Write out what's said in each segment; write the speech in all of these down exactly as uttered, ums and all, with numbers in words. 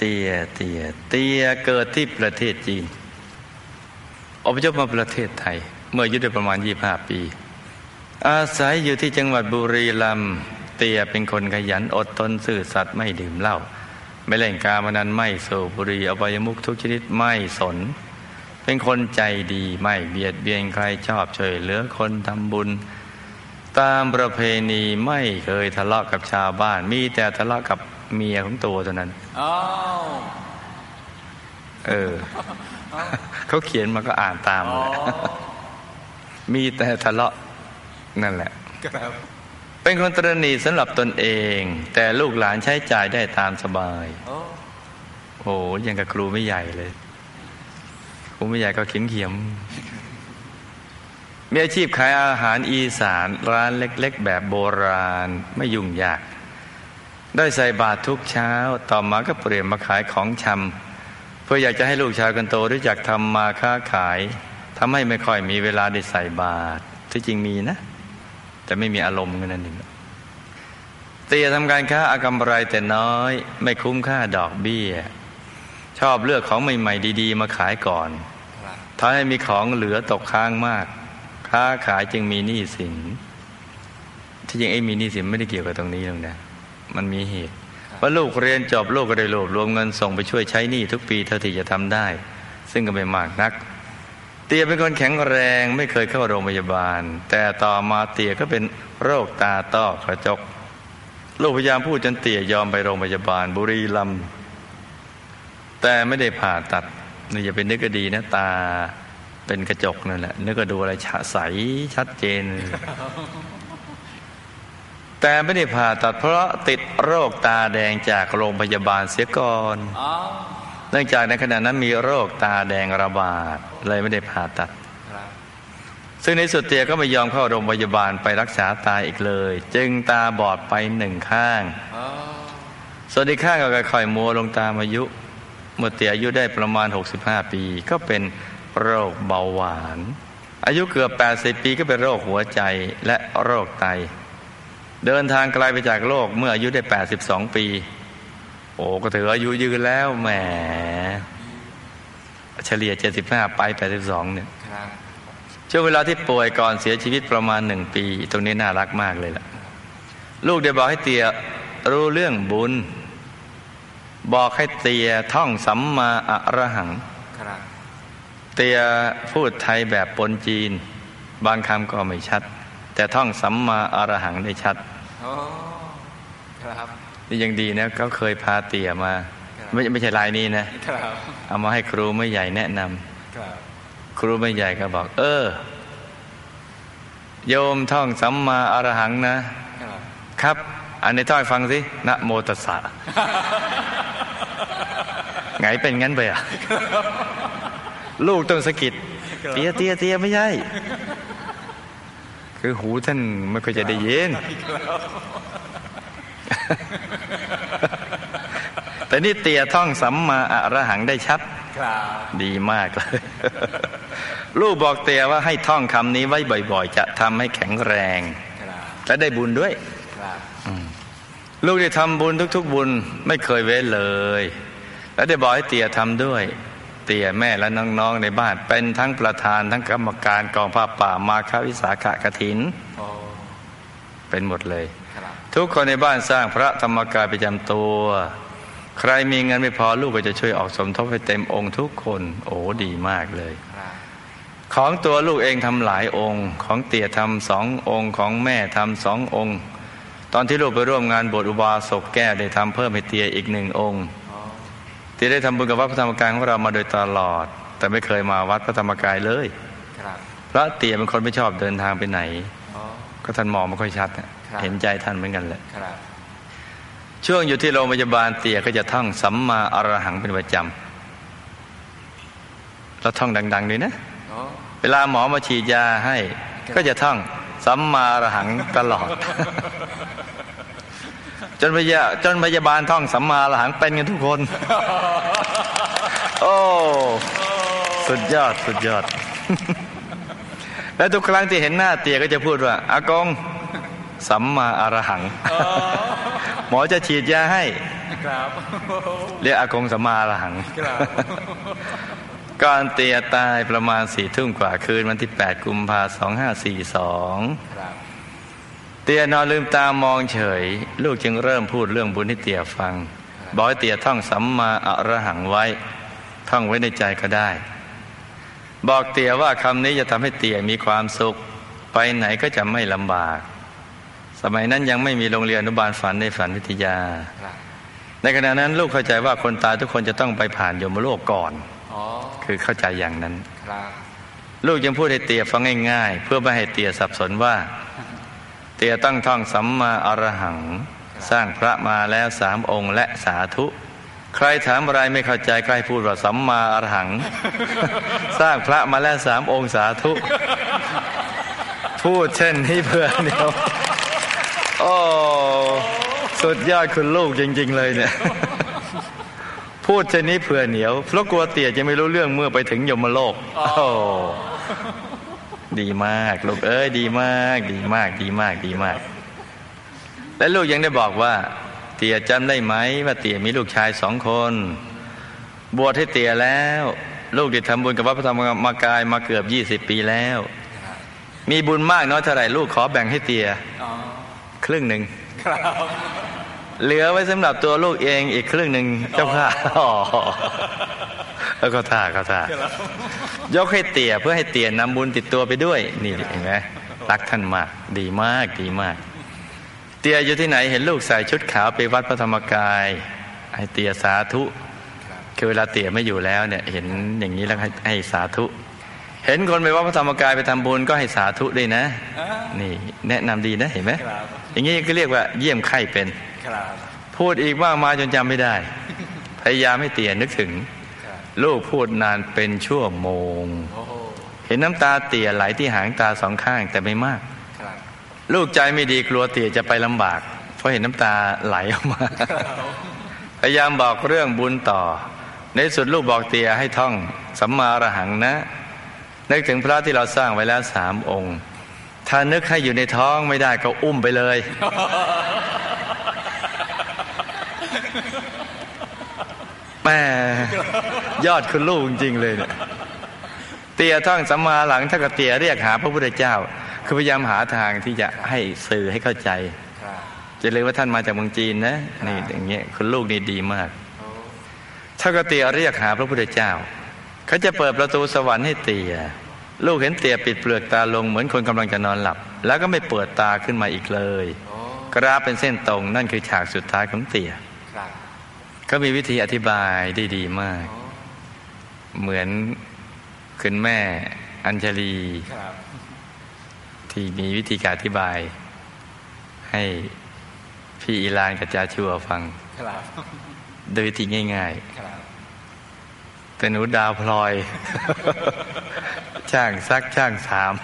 เตียเตียเตียเกิดที่ประเทศจีนอพยพมาประเทศไทยเมื่ออายุได้ประมาณยี่สิบห้าปีอาศัยอยู่ที่จังหวัดบุรีรัมย์เตียเป็นคนขยันอดทนซื่อสัตย์ไม่ดื่มเหล้าไม่เล่นการพนันไม่สูบบุหรี่อบายมุขทุกชนิดไม่สนเป็นคนใจดีไม่เบียดเบียนใครชอบช่วยเหลือคนทำบุญตามประเพณีไม่เคยทะเลาะกับชาวบ้านมีแต่ทะเลาะกับเมียของตัวเท่านั้นอ๋อเออเขาเขียนมาก็อ่านตามเลยมีแต่ทะเลาะนั่นแหละเป็นคนตระหนี่สำหรับตนเองแต่ลูกหลานใช้จ่ายได้ตามสบายโอ้ยังกับครูไม่ใหญ่เลยครูไม่ใหญ่ก็เขียมเขียมมีอาชีพขายอาหารอีสานร้านเล็กๆแบบโบราณไม่ยุ่งยากได้ใส่บาตรทุกเช้าต่อมาก็เปลี่ยนมาขายของชำเพื่ออยากจะให้ลูกชายคนโตรู้จักทำมาค้าขายทำให้ไม่ค่อยมีเวลาได้ใส่บาตรที่จริงมีนะแต่ไม่มีอารมณ์กันนั่นเองเตียทำการค้าเอากำไรแต่น้อยไม่คุ้มค่าดอกเบี้ยชอบเลือกของใหม่ๆดีๆมาขายก่อนถ้าให้มีของเหลือตกค้างมากค้าขายจึงมีหนี้สินที่จริงไอ้มีหนี้สินไม่ได้เกี่ยวกับตรงนี้หรอกนะมันมีเหตุว่าลูกเรียนจบลูกก็ได้รวบรวมเงินส่งไปช่วยใช้หนี้ทุกปีเท่าที่จะทำได้ซึ่งก็ไม่มากนักเตียเป็นคนแข็งแรงไม่เคยเข้าโรงพยาบาลแต่ต่อมาเตียก็เป็นโรคตาต้อกระจกลูกพยายามพูดจนเตียยอมไปโรงพยาบาลบุรีรัมย์แต่ไม่ได้ผ่าตัดนี่อย่าเป็นนึกก็ดีนะตาเป็นกระจกนั่นแหละนึกก็ดูอะไรใสชัดเจน แต่ไม่ได้ผ่าตัดเพราะติดโรคตาแดงจากโรงพยาบาลเสียก่อนเนื่องจากในขณะนั้นมีโรคตาแดงระบาดเลยไม่ได้ผ่าตัดซึ่งในสุดเตียก็ไม่ยอมเข้าโรงพยาบาลไปรักษาตาอีกเลยจึงตาบอดไปหนึ่งข้างส่วนอีกข้างก็ค่อยๆมัวลงตามอายุเมื่อเตียอายุได้ประมาณหกสิบห้าปีก็เป็นโรคเบาหวานอายุเกือบแปดสิบปีก็เป็นโรคหัวใจและโรคไตเดินทางไกลไปจากโลกเมื่ออายุได้แปดสิบสองปีโอ้ก็ถืออายุยืนแล้วแหมเฉลี่ยเจ็ดสิบห้าไปแปดสิบสองเนี่ยช่วงเวลาที่ป่วยก่อนเสียชีวิตประมาณหนึ่งปีตรงนี้น่ารักมากเลยล่ะลูกได้บอกให้เตียรู้เรื่องบุญบอกให้เตียท่องสัมมาอะระหังเตียพูดไทยแบบปนจีนบางคำก็ไม่ชัดแต่ท่องสัมมาอะระหังได้ชัดนี่ยังดีนะเขาเคยพาเตียมาไม่ไม่ใช่ลายนี้นะเอามาให้ครูไม่ใหญ่แนะนำครูไม่ใหญ่ก็บอกเออโยมท่องสัมมาอะระหังนะครับอันนี้ท่องฟังสินะโมตัสสะไงเป็นงั้นไปอ่ะลูกต้องสะกิดเตียเตียเตียไม่ใช่คือหูท่านไม่ค่อยจะได้ยินแต่นี่เตียท่องสัมมาอะระหังได้ชัดดีมากเลยลูกบอกเตียว่าให้ท่องคำนี้ไว้บ่อยๆจะทำให้แข็งแรงและได้บุญด้วยลูกได้ทำบุญทุกๆบุญไม่เคยเว้นเลยและได้บอกให้เตียทำด้วยเตียแม่และน้องๆในบ้านเป็นทั้งประธานทั้งกรรมการกองผ้าป่ามาฆวิสาขกฐินเป็นหมดเลยทุกคนในบ้านสร้างพระธรรมกายประจำตัวใครมีเงินไม่พอลูกก็จะช่วยออกสมทบให้เต็มองค์ทุกคนโอ้ดีมากเลยของตัวลูกเองทำหลายองค์ของเตียทำสององค์ของแม่ทำสององค์ตอนที่ลูกไปร่วมงานบวชอุบาสกแก้วได้ทำเพิ่มให้เตียอีกหนึ่งองค์เตียได้ทำบุญกับวัดพระธรรมกายของเรามาโดยตลอดแต่ไม่เคยมาวัดพระธรรมกายเลยเพราะเตียเป็นคนไม่ชอบเดินทางไปไหนก็ท่านมองไม่ค่อยชัดเห็นใจท่านเหมือนกันเลยช่วงอยู่ที่โรงพยาบาลเตียก็จะท่องสัมมาอะระหังเป็นประจำแล้วท่องดังๆด้วยนะเวลาหมอมาฉีดยาให้ก็จะท่องสัมมาอะระหังตลอดจนพยาจนพยาบาลท่องสัมมาอะระหังเป็นกันทุกคนโอ้สุดยอดสุดยอดและทุกครั้งที่เห็นหน้าเตียก็จะพูดว่าอากงสัมมาอะระหังหมอจะฉีดยาให้ครับเรียกอากงสัมมาอรหังครับก่อนเตียตายประมาณสี่ทุ่มกว่าคืนวันที่แปดกุมภาพันธ์สองห้าสี่สองเตียนอนลืมตามองเฉยลูกจึงเริ่มพูดเรื่องบุญให้เตียฟังบอกให้เตียท่องสัมมาอรหังไว้ท่องไว้ในใจก็ได้บอกเตียว่าคำนี้จะทำให้เตียมีความสุขไปไหนก็จะไม่ลำบากสมัยนั้นยังไม่มีโรงเรียนอนุบาลฝันในฝันวิทยาในขณะนั้นลูกเข้าใจว่าคนตายทุกคนจะต้องไปผ่านยมโลกก่อนคือเข้าใจอย่างนั้นลูกยังพูดให้เตียฟังง่ายๆเพื่อไม่ให้เตียสับสนว่าเตียต้องท่องสัมมาอรหังสร้างพระมาแล้วสามองค์และสาธุใครถามอะไรไม่เข้าใจใกล้พูดว่าสัมมาอรหังสร้างพระมาแล้วสามองค์สาธุพูดเช่นนี้เพื่อเดียวโอ้สุดยอดคุณลูกจริงๆเลยเนี่ยพูดเช่นนี้เผื่อเหนียวเพราะกลัวเตี่ยจะไม่รู้เรื่องเมื่อไปถึงยมโลกโอ้ดีมากลูกเอ้ยดีมากดีมากดีมากดีมากและลูกยังได้บอกว่าเตี่ยจำได้ไหมว่าเตี่ยมีลูกชายสองคนบวชให้เตี่ยแล้วลูกได้ทำบุญกับวัดพระธรรมกายมาเกือบยี่สิบปีแล้วมีบุญมากน้อยเท่าไหร่ลูกขอแบ่งให้เตี่ยครึ่งหนึ่งเหลือไว้สำหรับตัวลูกเองอีกครึ่งหนึ่งเจ้าค่ะแล้วก็ท่าก็ท่ายกให้เตี่ยเพื่อให้เตี่ยนำบุญติดตัวไปด้วยนี่เห็นไหมรักท่านมากดีมากดีมากเตี่ยอยู่ที่ไหนเห็นลูกใส่ชุดขาวไปวัดพระธรรมกายให้เตี่ยสาธุคือเวลาเตี่ยไม่อยู่แล้วเนี่ยเห็นอย่างนี้แล้วให้ให้สาธุเห็นคนไปวัดพระธรรมกายไปทำบุญก็ให้สาธุด้วยนะนี่แนะนำดีนะเห็นไหมอย่างนี้ก็เรียกว่าเยี่ยมไข้เป็นพูดอีกมากมายจนจำไม่ได้พยายามให้เตี่ยนึกถึงลูกพูดนานเป็นชั่วโมงเห็นน้ำตาเตี่ยไหลที่หางตาสองข้างแต่ไม่มากลูกใจไม่ดีกลัวเตี่ยจะไปลำบากเพราะเห็นน้ำตาไหลออกมาพยายามบอกเรื่องบุญต่อในสุดลูกบอกเตี่ยให้ท่องสัมมาอรหังนะนึกถึงพระที่เราสร้างไว้แล้วสามองค์ถ้านึกให้อยู่ในท้องไม่ได้ก็อุ้มไปเลยแม่ยอดคุณลูกจริงๆเลยเนี่ยเตี่ยท่องสัมมาหลังถ้ากับเตี่ยเรียกหาพระพุทธเจ้าคือพยายามหาทางที่จะให้สื่อให้เข้าใจจะเลยว่าท่านมาจากเมืองจีนนะนี่อย่างเงี้ยคุณลูกนี่ดีมากถ้ากับเตี่ยเรียกหาพระพุทธเจ้าเขาจะเปิดประตูสวรรค์ให้เตี่ยลูกเห็นเตี่ยปิดเปลือกตาลงเหมือนคนกำลังจะนอนหลับแล้วก็ไม่เปิดตาขึ้นมาอีกเลยกราฟเป็นเส้นตรงนั่นคือฉากสุดท้ายของเตี่ยเขามีวิธีอธิบายได้ดีมากเหมือนคุณแม่อัญชลีที่มีวิธีการอธิบายให้พี่อีลานกับจาชัวฟังโดยวิธีง่ายๆแต่หนูดาวพลอยช่างซักช่างสาม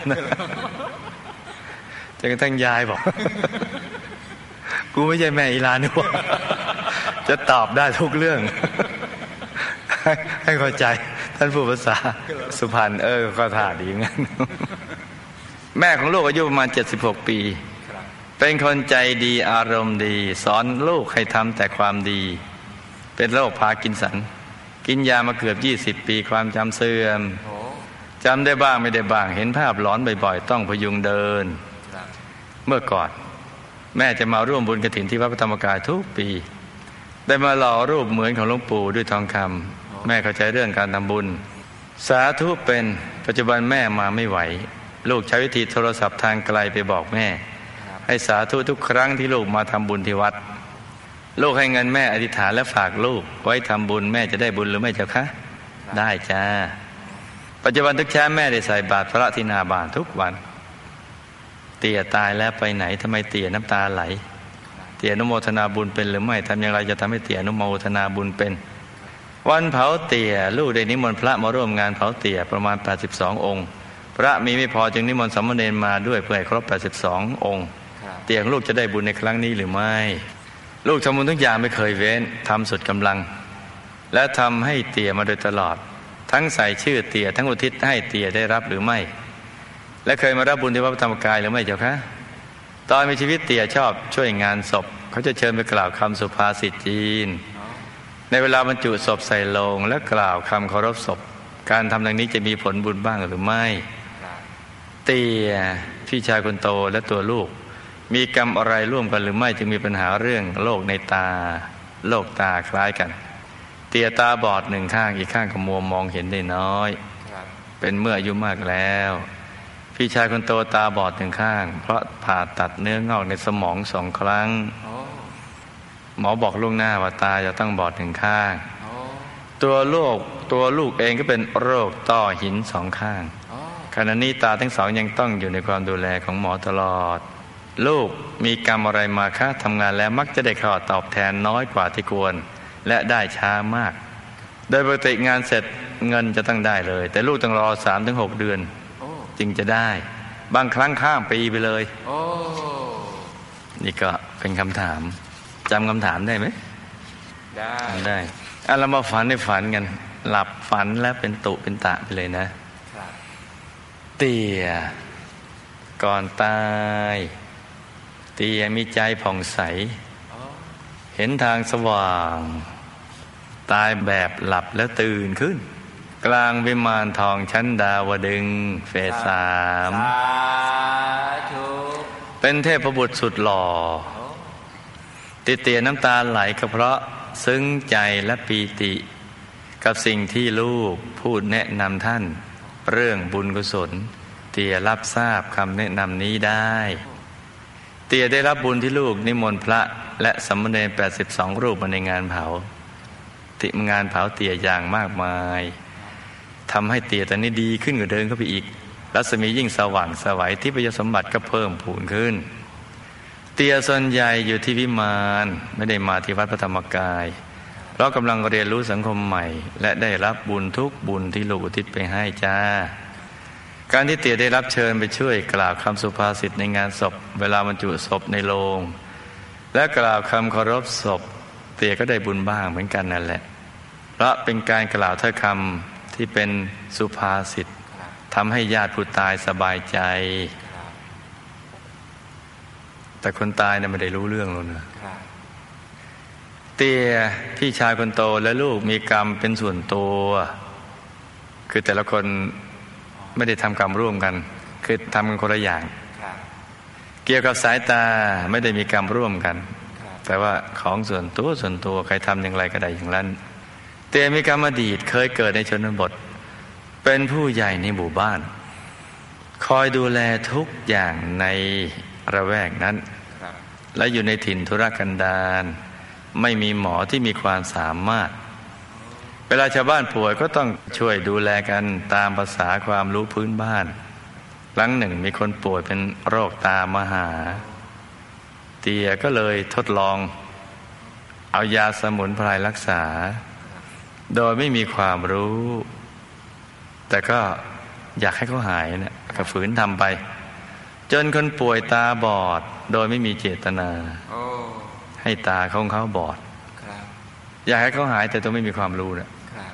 จนกระทั่งยายบอกกูไม่ใช่แม่อีลานนี่วะจะตอบได้ทุกเรื่องให้เข้าใจท่านผู้ภาษาสุพรรณเออก็ท่าดีงั้นแม่ของลูกอายุประมาณเจ็ดสิบหกปีเป็นคนใจดีอารมณ์ดีสอนลูกให้ทำแต่ความดีเป็นโรคพาร์กินสันกินยามาเกือบยี่สิบปีความจำเสื่อมจำได้บ้างไม่ได้บ้างเห็นภาพหลอนบ่อยๆต้องพยุงเดินเมื่อก่อนแม่จะมาร่วมบุญกฐินที่วัดพระธรรมกายทุกปีได้มาหล่อรูปเหมือนของหลวงปู่ด้วยทองคำแม่เข้าใจเรื่องการทำบุญสาธุเป็นปัจจุบันแม่มาไม่ไหวลูกใช้วิธีโทรศัพท์ทางไกลไปบอกแม่ให้สาธุทุกครั้งที่ลูกมาทำบุญที่วัดลูกให้เงินแม่อธิษฐานและฝากลูกไว้ทำบุญแม่จะได้บุญหรือไม่เจ้าคะได้จ้าปัจจุบันทุกเช้าแม่ได้ใส่บาตรพระที่หน้าบ้านทุกวันเตี่ยตายแล้วไปไหนทำไมเตี่ยน้ำตาไหลเตี่ยอนุโมทนาบุญเป็นหรือไม่ทำอย่างไรจะทำให้เตี่ยอนุโมทนาบุญเป็นวันเผาเตี่ยลูกได้นิมนต์พระมาร่วมงานเผาเตี่ยประมาณแปดสิบสององค์พระมีไม่พอจึงนิมนต์สามเณรมาด้วยเพื่อให้ครบแปดสิบสององค์เตี่ยของลูกจะได้บุญในครั้งนี้หรือไม่ลูกทำบุญทุกอย่างไม่เคยเว้นทำสุดกำลังและทำให้เตี่ยมาโดยตลอดทั้งใส่ชื่อเตี่ยทั้งอุทิศให้เตี่ยได้รับหรือไม่และเคยมารับบุญที่วัดพระธรรมกายหรือไม่เจ้าคะตอนมีชีวิตเตี่ยชอบช่วยงานศพเขาจะเชิญไปกล่าวคำสุภาษิตจีนในเวลาบรรจุศพใส่โลงและกล่าวคำเคารพศพการทำดังนี้จะมีผลบุญบ้างหรือไม่เตียพี่ชายคนโตและตัวลูกมีกรรมอะไรร่วมกันหรือไม่จึงมีปัญหาเรื่องโรคในตาโรคตาคล้ายกันเตียตาบอดหนึ่งข้างอีกข้างก็มัวมองเห็นได้น้อยเป็นเมื่ออายุมากแล้วพี่ชายคนโตตาบอดหนึ่งข้างเพราะผ่าตัดเนื้องอกในสมองสองครั้งหมอบอกล่วงหน้าว่าตาจะต้องบอดหนึ่งข้างตัวลูกตัวลูกเองก็เป็นโรคต้อหินสองข้างขณะนี้ตาทั้งสองยังต้องอยู่ในความดูแลของหมอตลอดลูกมีกรรมอะไรมาคะทำงานแล้วมักจะได้ข้อตอบแทนน้อยกว่าที่ควรและได้ช้ามากโดยปกติงานเสร็จเงินจะต้องได้เลยแต่ลูกต้องรอ สามถึงหก เดือนจึงจะได้บางครั้งข้ามปีไปเลยนี่ก็เป็นคำถามจำคำถามได้ไหมได้ได้อ่ะเรามาฝันในฝันกันหลับฝันแล้วเป็นตุเป็นตะไปเลยนะเตี่ยก่อนตายเตี่ยมีใจผ่องใสเห็นทางสว่างตายแบบหลับแล้วตื่นขึ้นกลางวิมานทองชั้นดาวดึงส์เฟสสามเป็นเทพบุตรสุดหล่อติเตียน้ำตาไหลก็เพราะซึ้งใจและปีติกับสิ่งที่ลูกพูดแนะนำท่านเรื่องบุญกุศลเตียรับทราบคำแนะนำนี้ได้เตียได้รับบุญที่ลูกนิมนต์พระและสามเณรแปดสิบสองรูปมาในงานเผาติงานเผาเตียอย่างมากมายทำให้เตียตอนนี้ดีขึ้นกว่าเดิมเข้าไปอีกรัศมียิ่งสว่างไสวทิพยสมบัติก็เพิ่มพูนขึ้นเตียส่วนใหญ่อยู่ที่วิมานไม่ได้มาที่วัดพระธรรมกายเพราะกำลังเรียนรู้สังคมใหม่และได้รับบุญทุกบุญที่ลูกอุทิศไปให้จ้าการที่เตียได้รับเชิญไปช่วยกล่าวคำสุภาษิตในงานศพเวลาบรรจุศพในโลงและกล่าวคำเคารพศพเตียก็ได้บุญบ้างเหมือนกันนั่นแหละเพราะเป็นการกล่าวถ้อยคำที่เป็นสุภาษิตทำให้ญาติผู้ตายสบายใจแต่คนตายเนี่ยไม่ได้รู้เรื่องเลยนะเตียพี่ชายคนโตและลูกมีกรรมเป็นส่วนตัวคือแต่ละคนไม่ได้ทำกรรมร่วมกันคือทำกันคนละอย่างเกี่ยวกับสายตาไม่ได้มีกรรมร่วมกันแต่ว่าของส่วนตัวส่วนตัวใครทำอย่างไรก็ได้อย่างนั้นเตียมีกรรมอดีตเคยเกิดในชนบทเป็นผู้ใหญ่ในหมู่บ้านคอยดูแลทุกอย่างในระแวกนั้นและอยู่ในถิ่นธุรกันดารไม่มีหมอที่มีความสามารถเวลาชาวบ้านป่วยก็ต้องช่วยดูแลกันตามภาษาความรู้พื้นบ้านครั้งหนึ่งมีคนป่วยเป็นโรคตามาหาเตียก็เลยทดลองเอายาสมุนไพรรักษาโดยไม่มีความรู้แต่ก็อยากให้เขาหายนะก็ฝืนทำไปจนคนป่วยตาบอดโดยไม่มีเจตนาให้ตาของเขาบอดอยากให้เขาหายแต่ตัวไม่มีความรู้นะ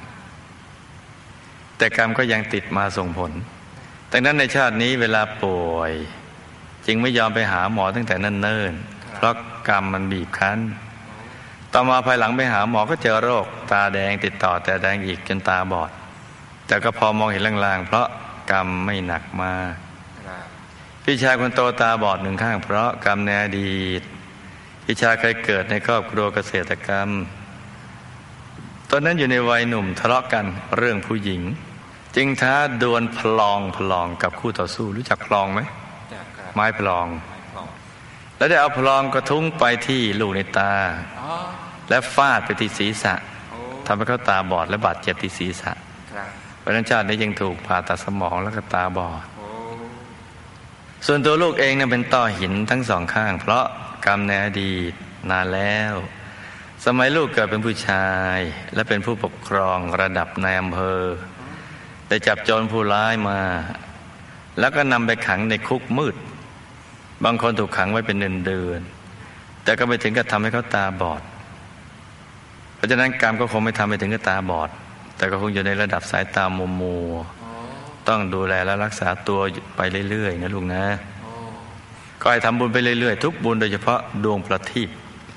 แต่กรรมก็ยังติดมาส่งผลดังนั้นในชาตินี้เวลาป่วยจึงไม่ยอมไปหาหมอตั้งแต่เนิ่นๆเพราะกรรมมันบีบคั้นต่อมาภายหลังไปหาหมอก็เจอโรคตาแดงติดต่อแต่แดงอีกจนตาบอดแต่ก็พอมองเห็นลางๆเพราะกรรมไม่หนักมากพี่ชายคนโตตาบอดหนึ่งข้างเพราะกรรมในอดีตพี่ชายเคยเกิดในครอบครัวเกษตรกรรมตอนนั้นอยู่ในวัยหนุ่มทะเลาะกันเรื่องผู้หญิงจึงท้าดวลพลองพลองกับคู่ต่อสู้รู้จักพลองไหมไม้พลองแล้วได้เอาพลองกระทุ้งไปที่ลูกในตาและฟาดไปที่ศีรษะทำให้เขาตาบอดและบาดเจ็บที่ศีรษะเพราะนั้นชาตินี้ยังถูกผ่าตัดสมองแล้วก็ตาบอดส่วนตัวลูกเองนั้นเป็นต้อหินทั้งสองข้างเพราะกรรมในอดีตนานแล้วสมัยลูกเกิดเป็นผู้ชายและเป็นผู้ปกครองระดับนายอำเภอได้จับโจรผู้ร้ายมาแล้วก็นำไปขังในคุกมืดบางคนถูกขังไว้เป็นเดือนๆแต่ก็ไม่ถึงกับทำให้เขาตาบอดเพราะฉะนั้นกรรมก็คงไม่ทำให้ถึงกับตาบอดแต่ก็คงอยู่ในระดับสายตามัวมัวต้องดูแลและรักษาตัวไปเรื่อยๆนะลูกนะก็ให้ทำบุญไปเรื่อยๆทุกบุญโดยเฉพาะดวงประทีป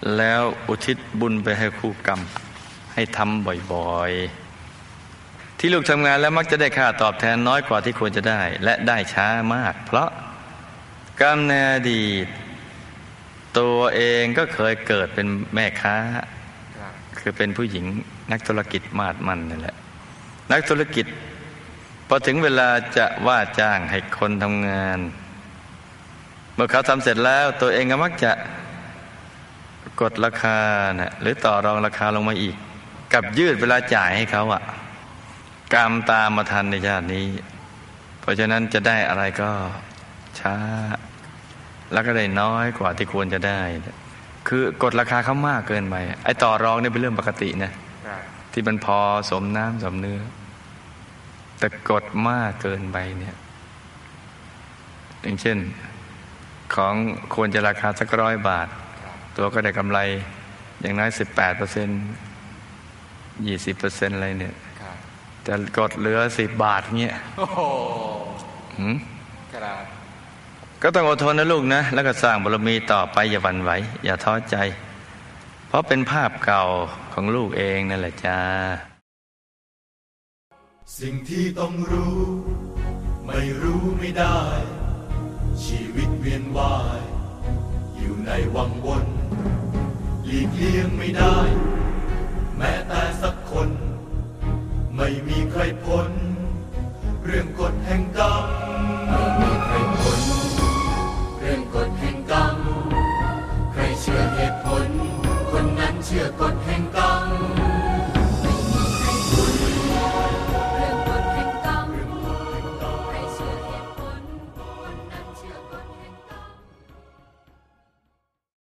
แล้วอุทิศบุญไปให้คู่กรรมให้ทำบ่อยๆที่ลูกทำงานแล้วมักจะได้ค่าตอบแทนน้อยกว่าที่ควรจะได้และได้ช้ามากเพราะกรรมในอดีตตัวเองก็เคยเกิดเป็นแม่ค้าคือเป็นผู้หญิงนักธุรกิจมาดมันนั่นแหละนักธุรกิจพอถึงเวลาจะว่าจ้างให้คนทำงานเมื่อเขาทำเสร็จแล้วตัวเองก็มักจะกดราคานะหรือต่อรองราคาลงมาอีกกับยืดเวลาจ่ายให้เขาอะกรรมตามมาทันในชาตินี้เพราะฉะนั้นจะได้อะไรก็ช้าแล้วก็ได้น้อยกว่าที่ควรจะได้คือกดราคาเขามากเกินไปไอ้ต่อรองนี่เป็นเรื่องปกตินะที่มันพอสมน้ำสมเนื้อแต่กดมากเกินไปเนี่ยอย่างเช่นของควรจะราคาสักร้อยบาทตัวก็ได้กำไรอย่างน้อยสิบแปดเปอร์เซ็นต์ยี่สิบเปอร์เซ็นต์อะไรเนี่ยจะกดเหลือสิบบาทเงี้ยโอ้โหก็ต้องอดทนนะลูกนะแล้วก็สร้างบารมีต่อไปอย่าหวั่นไหวอย่าท้อใจเพราะเป็นภาพเก่าของลูกเองนั่นแหละจ้าสิ่งที่ต้องรู้ไม่รู้ไม่ได้ชีวิตเวียนว่ายอยู่ในวังวนหลีกเลี่ยงไม่ได้แม้แต่สักคนไม่มีใครพ้นเรื่องกฎแห่งกรรมไม่มีใครพ้นเรื่องกฎแห่งกรรมใครเชื่อเหตุผลคนนั้นเชื่อกฎแห่ง